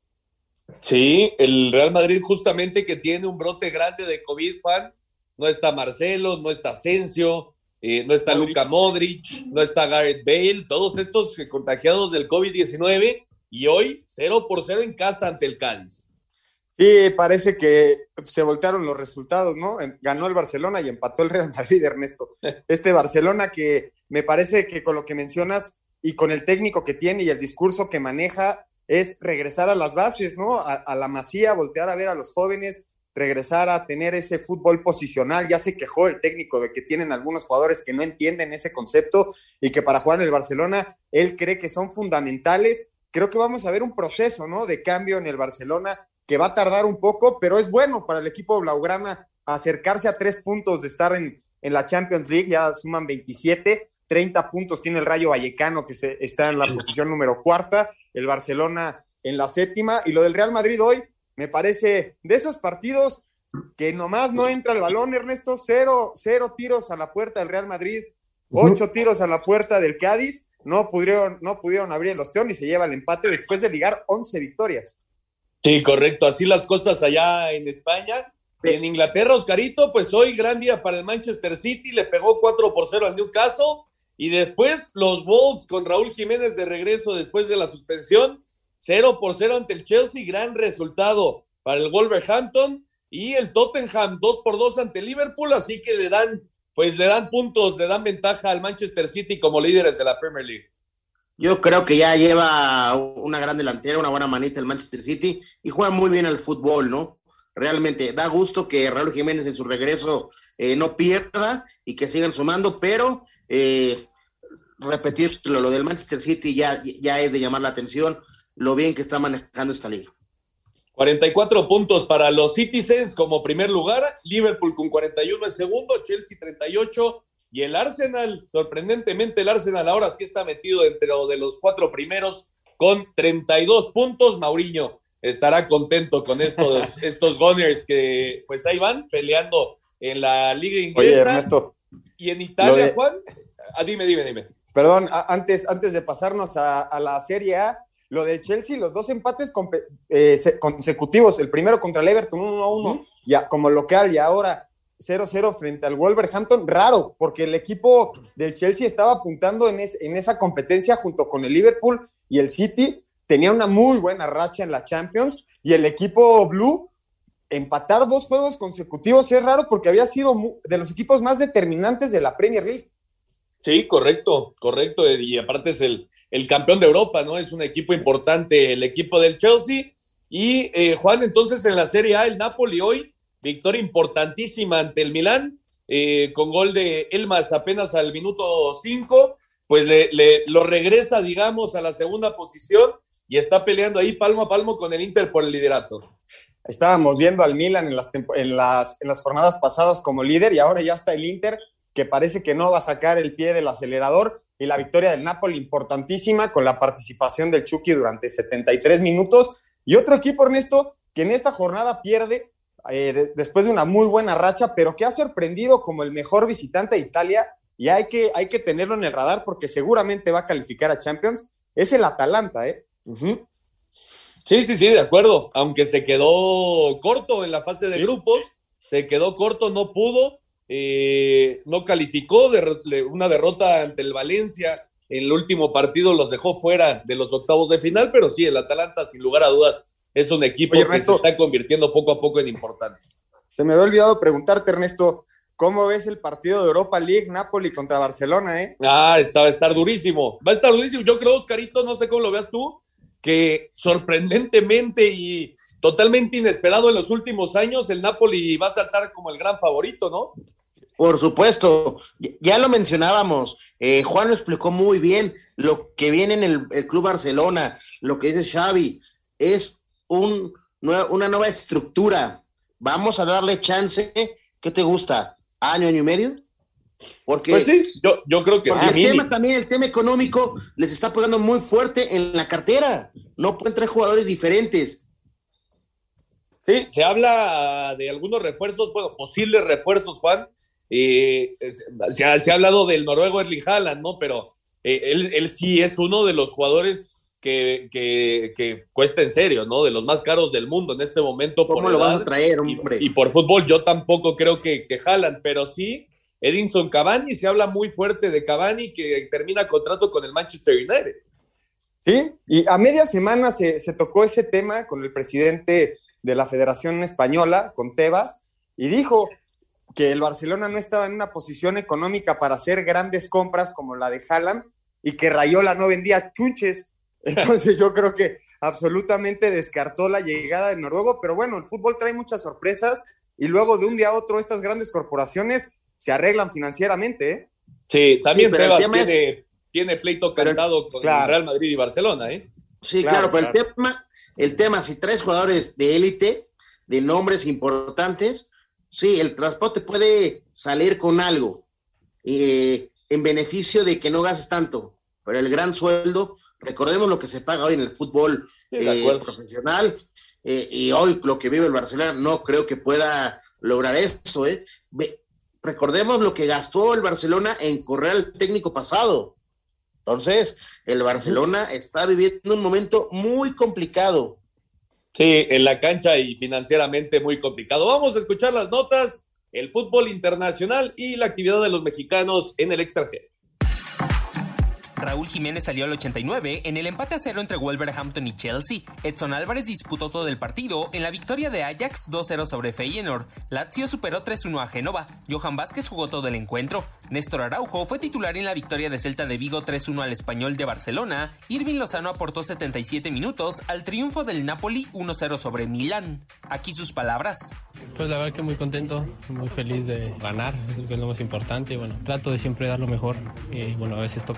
Sí, el Real Madrid justamente que tiene un brote grande de COVID, Juan. No está Marcelo, no está Asensio, no está Luka Modric, no está Gareth Bale, todos estos contagiados del COVID-19, y hoy 0-0 en casa ante el Cádiz. Sí, parece que se voltearon los resultados, ¿no? Ganó el Barcelona y empató el Real Madrid, Ernesto. Este Barcelona que me parece que con lo que mencionas y con el técnico que tiene y el discurso que maneja es regresar a las bases, ¿no? A la Masía, voltear a ver a los jóvenes, regresar a tener ese fútbol posicional. Ya se quejó el técnico de que tienen algunos jugadores que no entienden ese concepto y que para jugar en el Barcelona él cree que son fundamentales. Creo que vamos a ver un proceso, ¿no?, de cambio en el Barcelona que va a tardar un poco, pero es bueno para el equipo blaugrana acercarse a 3 puntos de estar en la Champions League. Ya suman 27, 30 puntos tiene el Rayo Vallecano, que está en la posición número 4, el Barcelona en la 7ª, y lo del Real Madrid hoy me parece de esos partidos que nomás no entra el balón, Ernesto. 0 tiros a la puerta del Real Madrid, 8 tiros a la puerta del Cádiz, no pudieron abrir el ostión y se lleva el empate después de ligar 11 victorias. Sí, correcto, así las cosas allá en España. Y en Inglaterra, Oscarito, pues hoy gran día para el Manchester City, le pegó 4-0 al Newcastle, y después los Wolves con Raúl Jiménez de regreso después de la suspensión, 0-0 ante el Chelsea, gran resultado para el Wolverhampton, y el Tottenham 2-2 ante el Liverpool, así que le dan puntos, le dan ventaja al Manchester City como líderes de la Premier League. Yo creo que ya lleva una gran delantera, una buena manita el Manchester City, y juega muy bien al fútbol, ¿no? Realmente da gusto que Raúl Jiménez en su regreso no pierda y que sigan sumando, pero repetir lo del Manchester City ya es de llamar la atención lo bien que está manejando esta liga. 44 puntos para los Citizens como primer lugar, Liverpool con 41 en segundo, Chelsea 38, Y el Arsenal, sorprendentemente, el Arsenal ahora sí está metido dentro de los 4 primeros con 32 puntos. Mourinho estará contento con estos Gunners que pues ahí van peleando en la liga inglesa. Oye, Ernesto. Y en Italia, Juan, dime. Perdón, antes de pasarnos a la Serie A, lo del Chelsea, los 2 empates consecutivos, el primero contra el Everton 1-1, ya como local, y ahora 0-0 frente al Wolverhampton, raro, porque el equipo del Chelsea estaba apuntando en esa competencia junto con el Liverpool y el City, tenía una muy buena racha en la Champions, y el equipo Blue, empatar 2 juegos consecutivos es raro porque había sido de los equipos más determinantes de la Premier League. Sí, correcto, y aparte es el campeón de Europa, ¿no? Es un equipo importante el equipo del Chelsea, y Juan, entonces en la Serie A, el Napoli hoy, victoria importantísima ante el Milán, con gol de Elmas apenas al minuto 5, pues lo regresa, digamos, a la segunda posición, y está peleando ahí palmo a palmo con el Inter por el liderato. Estábamos viendo al Milan en las jornadas pasadas como líder, y ahora ya está el Inter, que parece que no va a sacar el pie del acelerador, y la victoria del Napoli importantísima con la participación del Chucky durante 73 minutos, y otro equipo, Ernesto, que en esta jornada pierde después de una muy buena racha, pero que ha sorprendido como el mejor visitante de Italia, y hay que tenerlo en el radar porque seguramente va a calificar a Champions, es el Atalanta, ¿eh? Uh-huh. Sí, de acuerdo, aunque se quedó corto en la fase de grupos, no pudo, no calificó, una derrota ante el Valencia en el último partido los dejó fuera de los octavos de final, pero sí, el Atalanta sin lugar a dudas es un equipo que se está convirtiendo poco a poco en importante. Se me había olvidado preguntarte, Ernesto, ¿cómo ves el partido de Europa League, Napoli contra Barcelona, va a estar durísimo, yo creo, Oscarito, no sé cómo lo veas tú, que sorprendentemente y totalmente inesperado en los últimos años, el Napoli va a saltar como el gran favorito, ¿no? Por supuesto, ya lo mencionábamos, Juan lo explicó muy bien, lo que viene en el Club Barcelona, lo que dice Xavi, es una nueva estructura, vamos a darle chance, ¿qué te gusta? ¿Año y medio? Porque, pues sí, yo creo que sí. El tema económico les está pegando muy fuerte en la cartera, no pueden traer jugadores diferentes. Sí, se habla de algunos refuerzos, posibles refuerzos, Juan. Se ha hablado del noruego Erling Haaland, ¿no? Pero él sí es uno de los jugadores que cuesta en serio, ¿no? De los más caros del mundo en este momento. ¿Cómo lo vas a traer, hombre? Y por fútbol yo tampoco creo que Haaland, pero sí Edinson Cavani, se habla muy fuerte de Cavani que termina contrato con el Manchester United. Sí, y a media semana se tocó ese tema con el presidente de la Federación Española, con Tebas, y dijo que el Barcelona no estaba en una posición económica para hacer grandes compras como la de Haaland y que Raiola no vendía chunches. Entonces yo creo que absolutamente descartó la llegada del noruego, pero bueno, el fútbol trae muchas sorpresas y luego de un día a otro estas grandes corporaciones se arreglan financieramente, ¿eh? Sí, también sí, Tebas tiene pleito cantado con Real Madrid y Barcelona, ¿eh? Sí, claro, pero el tema, si traes jugadores de élite, de nombres importantes, sí, el transporte puede salir con algo, en beneficio de que no gastes tanto, pero el gran sueldo, recordemos lo que se paga hoy en el fútbol profesional, y hoy lo que vive el Barcelona, no creo que pueda lograr eso, ¿eh? Recordemos lo que gastó el Barcelona en correr al técnico pasado. Entonces, el Barcelona está viviendo un momento muy complicado. Sí, en la cancha y financieramente muy complicado. Vamos a escuchar las notas, el fútbol internacional y la actividad de los mexicanos en el extranjero. Raúl Jiménez salió al 89 en el empate a 0 entre Wolverhampton y Chelsea. Edson Álvarez disputó todo el partido en la victoria de Ajax 2-0 sobre Feyenoord. Lazio superó 3-1 a Génova. Johan Vázquez jugó todo el encuentro. Néstor Araujo fue titular en la victoria de Celta de Vigo 3-1 al Español de Barcelona. Irving Lozano aportó 77 minutos al triunfo del Napoli 1-0 sobre Milán. Aquí sus palabras. Pues la verdad que muy contento, muy feliz de ganar, que es lo más importante. Bueno, trato de siempre dar lo mejor. A veces toca macar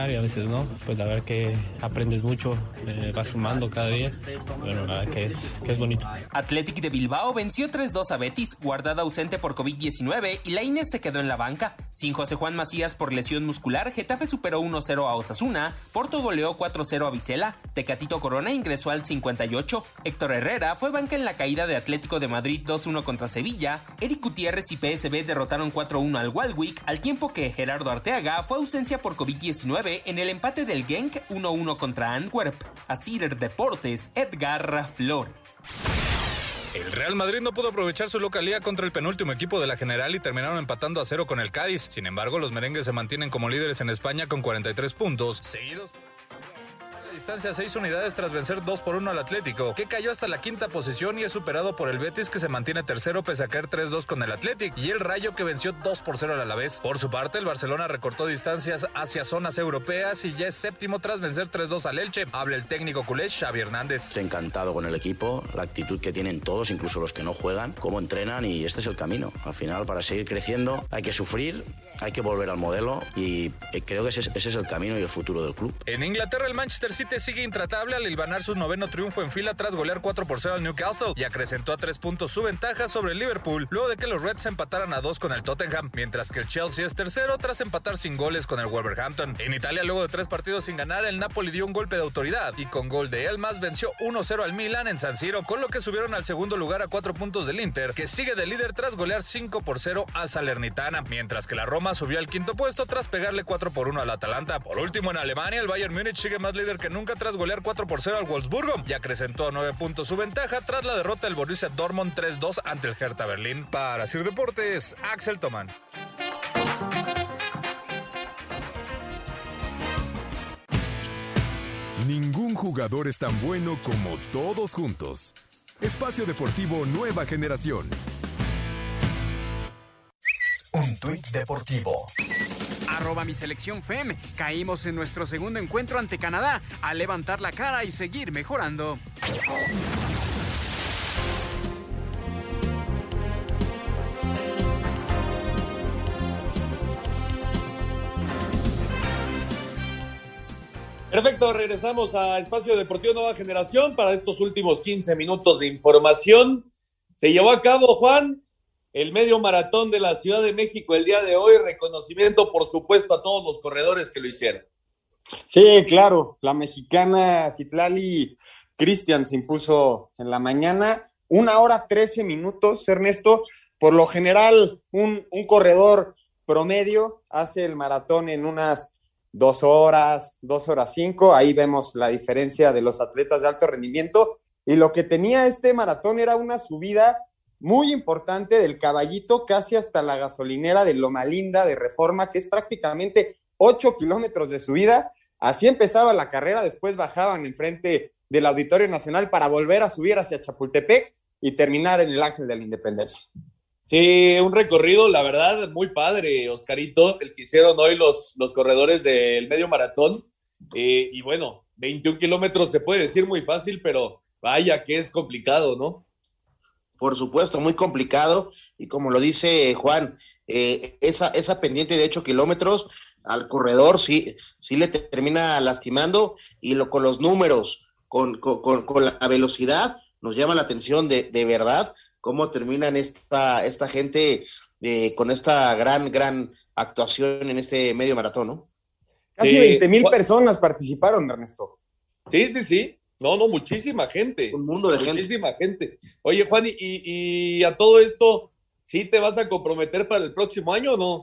y a veces no. Pues la verdad que aprendes mucho, vas sumando cada día. Bueno, la verdad que es bonito. Athletic de Bilbao venció 3-2 a Betis, Guardado ausente por COVID-19 y Lainez se quedó en la banca. Sin José Juan Macías por lesión muscular, Getafe superó 1-0 a Osasuna, Porto goleó 4-0 a Vizela, Tecatito Corona ingresó al 58, Héctor Herrera fue banca en la caída de Atlético de Madrid 2-1 contra Sevilla, Eric Gutiérrez y PSV derrotaron 4-1 al Walwick, al tiempo que Gerardo Arteaga fue ausencia por COVID-19 en el empate del Genk 1-1 contra Antwerp. Asir Deportes, Edgar Flores. El Real Madrid no pudo aprovechar su localía contra el penúltimo equipo de la General y terminaron empatando a 0 con el Cádiz. Sin embargo, los merengues se mantienen como líderes en España con 43 puntos, seguidos distancia 6 unidades tras vencer 2-1 al Atlético, que cayó hasta la quinta posición y es superado por el Betis, que se mantiene tercero pese a caer 3-2 con el Athletic, y el Rayo, que venció 2-0 al Alavés. Por su parte, el Barcelona recortó distancias hacia zonas europeas y ya es séptimo tras vencer 3-2 al Elche. Habla el técnico culé Xavi Hernández. Estoy encantado con el equipo, la actitud que tienen todos, incluso los que no juegan, cómo entrenan, y este es el camino. Al final, para seguir creciendo hay que sufrir, hay que volver al modelo, y creo que ese es el camino y el futuro del club. En Inglaterra, el Manchester City sigue intratable al hilvanar su 9º triunfo en fila tras golear 4-0 al Newcastle y acrecentó a 3 puntos su ventaja sobre el Liverpool luego de que los Reds empataran a 2 con el Tottenham, mientras que el Chelsea es tercero tras empatar sin goles con el Wolverhampton. En Italia, luego de 3 partidos sin ganar, el Napoli dio un golpe de autoridad y con gol de Elmas venció 1-0 al Milan en San Siro, con lo que subieron al segundo lugar a 4 puntos del Inter, que sigue de líder tras golear 5-0 al Salernitana, mientras que la Roma subió al quinto puesto tras pegarle 4-1 al Atalanta. Por último, en Alemania, el Bayern Múnich sigue más líder que nunca tras golear 4-0 al Wolfsburgo y acrecentó a 9 puntos su ventaja tras la derrota del Borussia Dortmund 3-2 ante el Hertha Berlín. Para Sir Deportes, Axel Tomán. Ningún jugador es tan bueno como todos juntos. Espacio Deportivo Nueva Generación. Un tuit deportivo. @mi selección FEM. Caímos en nuestro segundo encuentro ante Canadá. A levantar la cara y seguir mejorando. Perfecto, regresamos a Espacio Deportivo Nueva Generación para estos últimos 15 minutos de información. Se llevó a cabo, Juan, el medio maratón de la Ciudad de México el día de hoy. Reconocimiento, por supuesto, a todos los corredores que lo hicieron. Sí, claro. La mexicana Citlali Cristian se impuso en la mañana. 1 hora 13 minutos, Ernesto. Por lo general, un corredor promedio hace el maratón en unas 2 horas, 2 horas 5. Ahí vemos la diferencia de los atletas de alto rendimiento. Y lo que tenía este maratón era una subida muy importante del Caballito casi hasta la gasolinera de Loma Linda de Reforma, que es prácticamente 8 kilómetros de subida. Así empezaba la carrera, después bajaban enfrente del Auditorio Nacional para volver a subir hacia Chapultepec y terminar en el Ángel de la Independencia. Sí, un recorrido, la verdad, muy padre, Oscarito, el que hicieron hoy los corredores del medio maratón. Y bueno, 21 kilómetros se puede decir muy fácil, pero vaya que es complicado, ¿no? Por supuesto, muy complicado, y como lo dice Juan, esa pendiente de 8 kilómetros al corredor sí le termina lastimando, y con los números, con la velocidad, nos llama la atención de verdad cómo terminan esta gente con esta gran actuación en este medio maratón, ¿no? Casi 20,000 personas participaron, Ernesto. Sí. No, muchísima gente. Un mundo de muchísima gente. Oye, Juan, y a todo esto, ¿sí te vas a comprometer para el próximo año o no?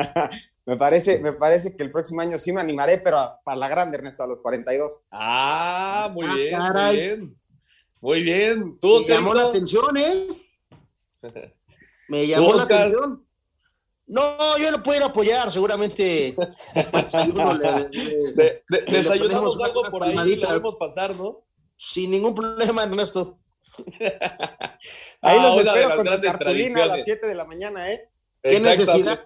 me parece que el próximo año sí me animaré, pero para la grande, Ernesto, a los 42. Muy bien, caray. muy bien. Muy bien. ¿Tú, me llamó la atención, Me llamó la atención. No, yo lo puedo ir a apoyar, seguramente. Desayunamos algo por ahí y lo debemos pasar, ¿no? Sin ningún problema, Ernesto. Ahí los espero con su cartulina a las 7 de la mañana, ¿Qué necesidad?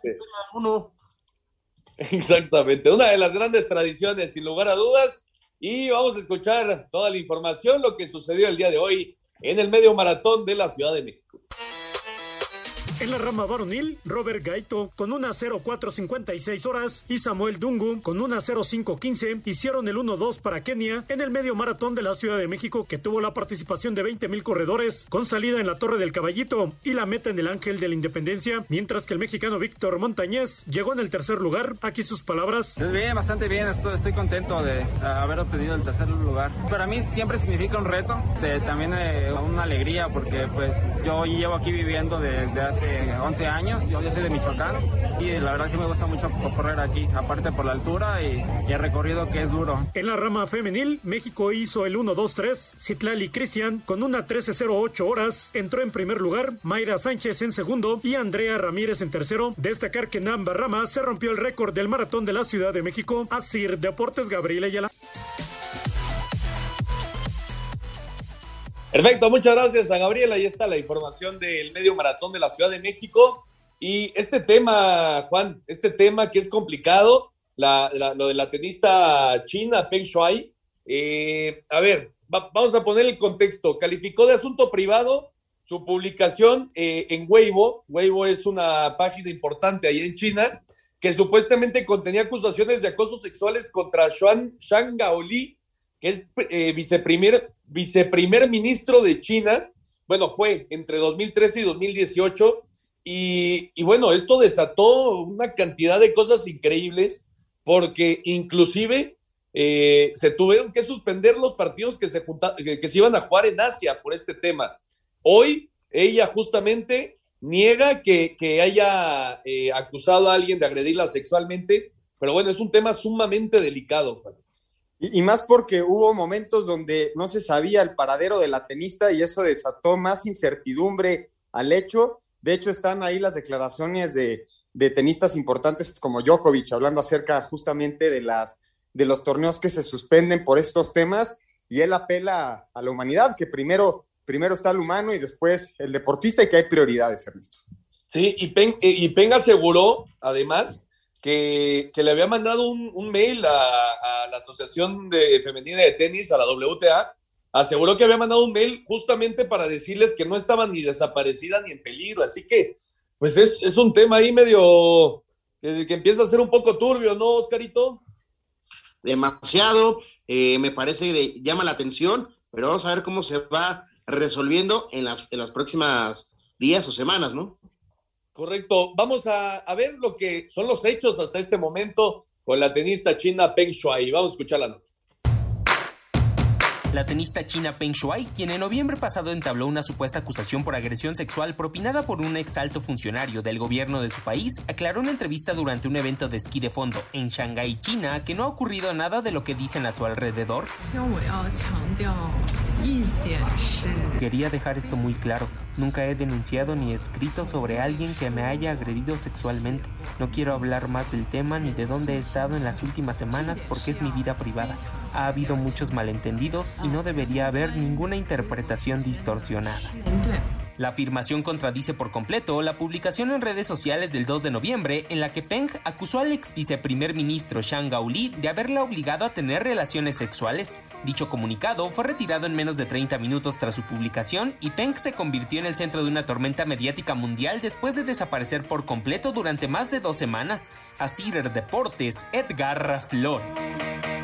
Exactamente, una de las grandes tradiciones, sin lugar a dudas. Y vamos a escuchar toda la información, lo que sucedió el día de hoy en el medio maratón de la Ciudad de México. En la rama varonil, Robert Gaito con una 0:4:56 horas y Samuel Dungu con una 0:5:15 hicieron el 1-2 para Kenia en el medio maratón de la Ciudad de México, que tuvo la participación de 20,000 corredores, con salida en la Torre del Caballito y la meta en el Ángel de la Independencia, mientras que el mexicano Víctor Montañez llegó en el tercer lugar. Aquí sus palabras. Bien, bastante bien, estoy contento de haber obtenido el tercer lugar. Para mí siempre significa un reto, también una alegría, porque pues yo llevo aquí viviendo desde hace 11 años, yo soy de Michoacán y la verdad sí me gusta mucho correr aquí, aparte por la altura y el recorrido que es duro. En la rama femenil, México hizo el 1-2-3, Citlali Cristian con una 13:08 horas entró en primer lugar, Mayra Sánchez en segundo y Andrea Ramírez en tercero. Destacar que Namba Rama se rompió el récord del maratón de la Ciudad de México. Asir Deportes, Gabriela Ayala. Perfecto, muchas gracias a Gabriela. Ahí está la información del medio maratón de la Ciudad de México. Y este tema, Juan, que es complicado, lo de la tenista china Peng Shuai. A ver, vamos a poner el contexto. Calificó de asunto privado su publicación en Weibo. Weibo es una página importante ahí en China que supuestamente contenía acusaciones de acoso sexuales contra Zhang Gaoli, que es viceprimer ministro de China. Bueno, fue entre 2013 y 2018. Y bueno, esto desató una cantidad de cosas increíbles, porque inclusive se tuvieron que suspender los partidos que se iban a jugar en Asia por este tema. Hoy ella justamente niega que haya acusado a alguien de agredirla sexualmente, pero bueno, es un tema sumamente delicado, Juan. Y más porque hubo momentos donde no se sabía el paradero de la tenista y eso desató más incertidumbre al hecho. De hecho, están ahí las declaraciones de tenistas importantes como Djokovic, hablando acerca justamente de los torneos que se suspenden por estos temas, y él apela a la humanidad, que primero está el humano y después el deportista, y que hay prioridades, Ernesto. Sí, y Peng aseguró, además, que le había mandado un mail a la Asociación Femenina de Tenis, a la WTA. Aseguró que había mandado un mail justamente para decirles que no estaban ni desaparecidas ni en peligro. Así que, pues es un tema ahí medio que empieza a ser un poco turbio, ¿no, Oscarito? Demasiado, me parece que llama la atención, pero vamos a ver cómo se va resolviendo en las próximas días o semanas, ¿no? Correcto. Vamos a ver lo que son los hechos hasta este momento con la tenista china Peng Shuai. Vamos a escuchar la nota. La tenista china Peng Shuai, quien en noviembre pasado entabló una supuesta acusación por agresión sexual propinada por un ex alto funcionario del gobierno de su país, aclaró en entrevista durante un evento de esquí de fondo en Shanghái, China, que no ha ocurrido nada de lo que dicen a su alrededor. Quería dejar esto muy claro. Nunca he denunciado ni escrito sobre alguien que me haya agredido sexualmente. No quiero hablar más del tema ni de dónde he estado en las últimas semanas porque es mi vida privada. Ha habido muchos malentendidos y no debería haber ninguna interpretación distorsionada. La afirmación contradice por completo la publicación en redes sociales del 2 de noviembre en la que Peng acusó al ex viceprimer ministro Zhang Gaoli de haberla obligado a tener relaciones sexuales. Dicho comunicado fue retirado en menos de 30 minutos tras su publicación y Peng se convirtió en el centro de una tormenta mediática mundial después de desaparecer por completo durante más de 2 semanas. Asir Deportes, Edgar Flores.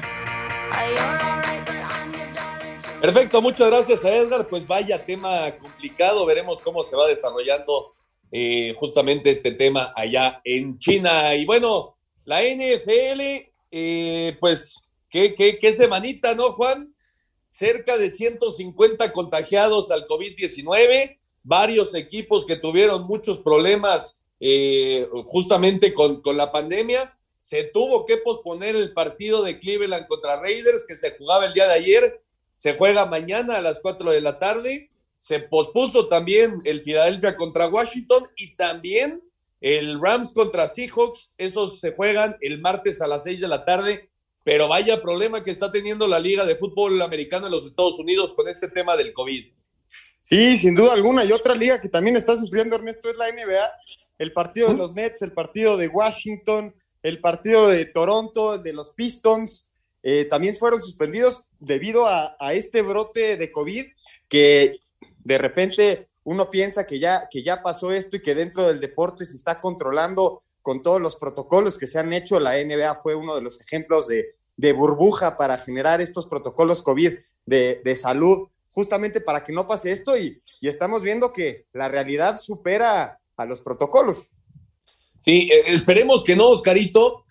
Perfecto, muchas gracias a Edgar. Pues vaya tema complicado, veremos cómo se va desarrollando justamente este tema allá en China. Y bueno, la NFL, pues qué semanita, ¿no, Juan? Cerca de 150 contagiados al COVID-19, varios equipos que tuvieron muchos problemas justamente con la pandemia. Se tuvo que posponer el partido de Cleveland contra Raiders, que se jugaba el día de ayer. Se juega mañana a las 4 de la tarde. Se pospuso también el Philadelphia contra Washington y también el Rams contra Seahawks. Esos se juegan el martes a las 6 de la tarde. Pero vaya problema que está teniendo la Liga de Fútbol Americano en los Estados Unidos con este tema del COVID. Sí, sin duda alguna. Y otra liga que también está sufriendo, Ernesto, es la NBA. El partido de los Nets, el partido de Washington, el partido de Toronto, de los Pistons, también fueron suspendidos debido a este brote de COVID que de repente uno piensa que ya pasó esto y que dentro del deporte se está controlando con todos los protocolos que se han hecho. La NBA fue uno de los ejemplos de burbuja para generar estos protocolos COVID de salud, justamente para que no pase esto, y estamos viendo que la realidad supera a los protocolos. Sí, esperemos que no, Oscarito,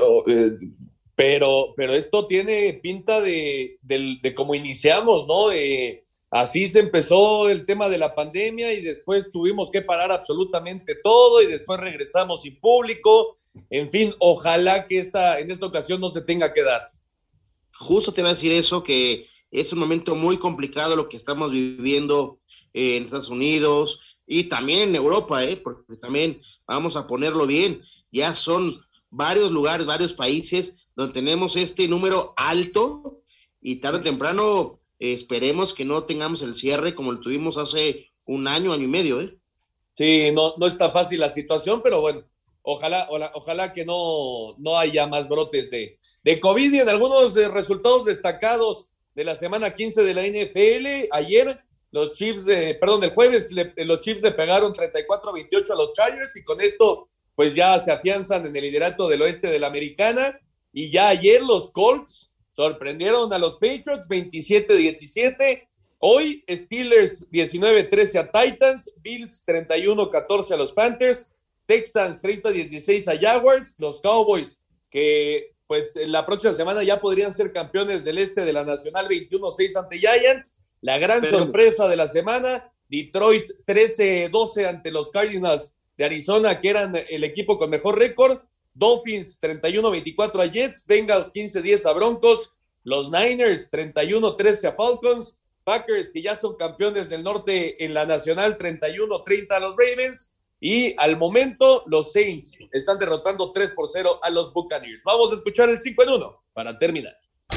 pero esto tiene pinta de cómo iniciamos, ¿no? Así se empezó el tema de la pandemia y después tuvimos que parar absolutamente todo y después regresamos sin público. En fin, ojalá que en esta ocasión no se tenga que dar. Justo te iba a decir eso, que es un momento muy complicado lo que estamos viviendo en Estados Unidos y también en Europa, porque también vamos a ponerlo bien, ya son varios lugares, varios países donde tenemos este número alto y tarde o temprano esperemos que no tengamos el cierre como lo tuvimos hace un año y medio. Sí, no está fácil la situación, pero bueno, ojalá que no haya más brotes de COVID. Y en algunos resultados destacados de la semana 15 de la NFL, ayer el jueves los Chiefs le pegaron 34-28 a los Chargers y con esto pues ya se afianzan en el liderato del oeste de la Americana. Y ya ayer los Colts sorprendieron a los Patriots 27-17. Hoy Steelers 19-13 a Titans, Bills 31-14 a los Panthers, Texans 30-16 a Jaguars, los Cowboys que pues la próxima semana ya podrían ser campeones del este de la Nacional 21-6 ante Giants. La gran sorpresa de la semana, Detroit 13-12 ante los Cardinals de Arizona, que eran el equipo con mejor récord. Dolphins 31-24 a Jets, Bengals 15-10 a Broncos, los Niners 31-13 a Falcons, Packers que ya son campeones del norte en la Nacional 31-30 a los Ravens y al momento los Saints están derrotando 3-0 a los Buccaneers. Vamos a escuchar el 5 en 1 para terminar.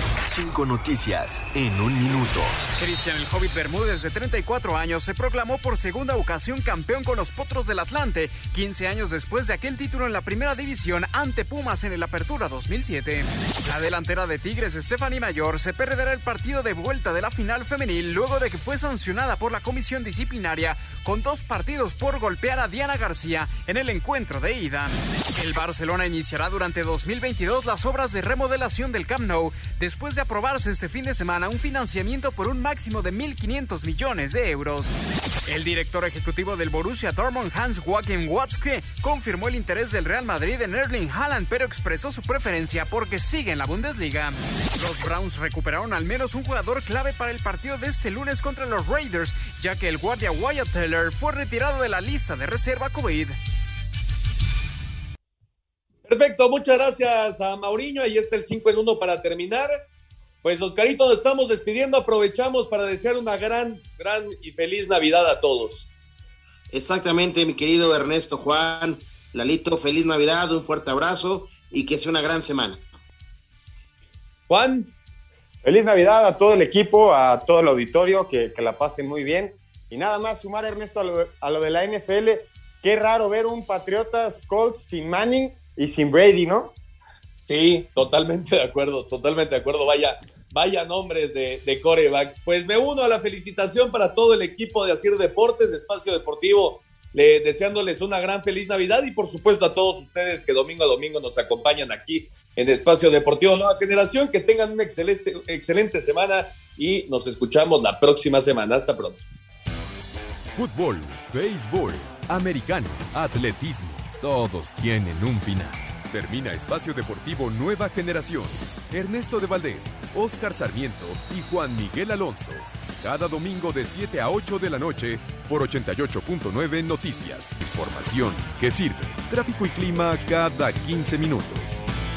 5 noticias en un minuto. Cristian El Hobbit Bermúdez, de 34 años, se proclamó por segunda ocasión campeón con los Potros del Atlante, 15 años después de aquel título en la primera división ante Pumas en el Apertura 2007. La delantera de Tigres, Stephanie Mayor, se perderá el partido de vuelta de la final femenil luego de que fue sancionada por la comisión disciplinaria con 2 partidos por golpear a Diana García en el encuentro de ida. El Barcelona iniciará durante 2022 las obras de remodelación del Camp Nou después de aprobarse este fin de semana un financiamiento por un máximo de 1.500 millones de euros. El director ejecutivo del Borussia Dortmund, Hans-Joachim Watzke, confirmó el interés del Real Madrid en Erling Haaland, pero expresó su preferencia porque sigue en la Bundesliga. Los Browns recuperaron al menos un jugador clave para el partido de este lunes contra los Raiders, ya que el guardia Wyatt Teller fue retirado de la lista de reserva COVID. Perfecto, muchas gracias a Mauriño. Ahí está el 5 en 1 para terminar. Pues Oscarito, nos estamos despidiendo, aprovechamos para desear una gran y feliz Navidad a todos. Exactamente, mi querido Ernesto, Juan, Lalito, feliz Navidad, un fuerte abrazo y que sea una gran semana. Juan. Feliz Navidad a todo el equipo, a todo el auditorio, que la pasen muy bien. Y nada más sumar, Ernesto, a lo de la NFL, qué raro ver un Patriotas Colts sin Manning y sin Brady, ¿no? Sí, totalmente de acuerdo. Vaya nombres de quarterbacks. Pues me uno a la felicitación para todo el equipo de Asir Deportes, de Espacio Deportivo, deseándoles una gran feliz Navidad y por supuesto a todos ustedes que domingo a domingo nos acompañan aquí en Espacio Deportivo Nueva Generación. Que tengan una excelente semana y nos escuchamos la próxima semana. Hasta pronto. Fútbol, béisbol, americano, atletismo, todos tienen un final. Termina Espacio Deportivo Nueva Generación. Ernesto de Valdés, Óscar Sarmiento y Juan Miguel Alonso. Cada domingo de 7 a 8 de la noche por 88.9 Noticias. Información que sirve. Tráfico y clima cada 15 minutos.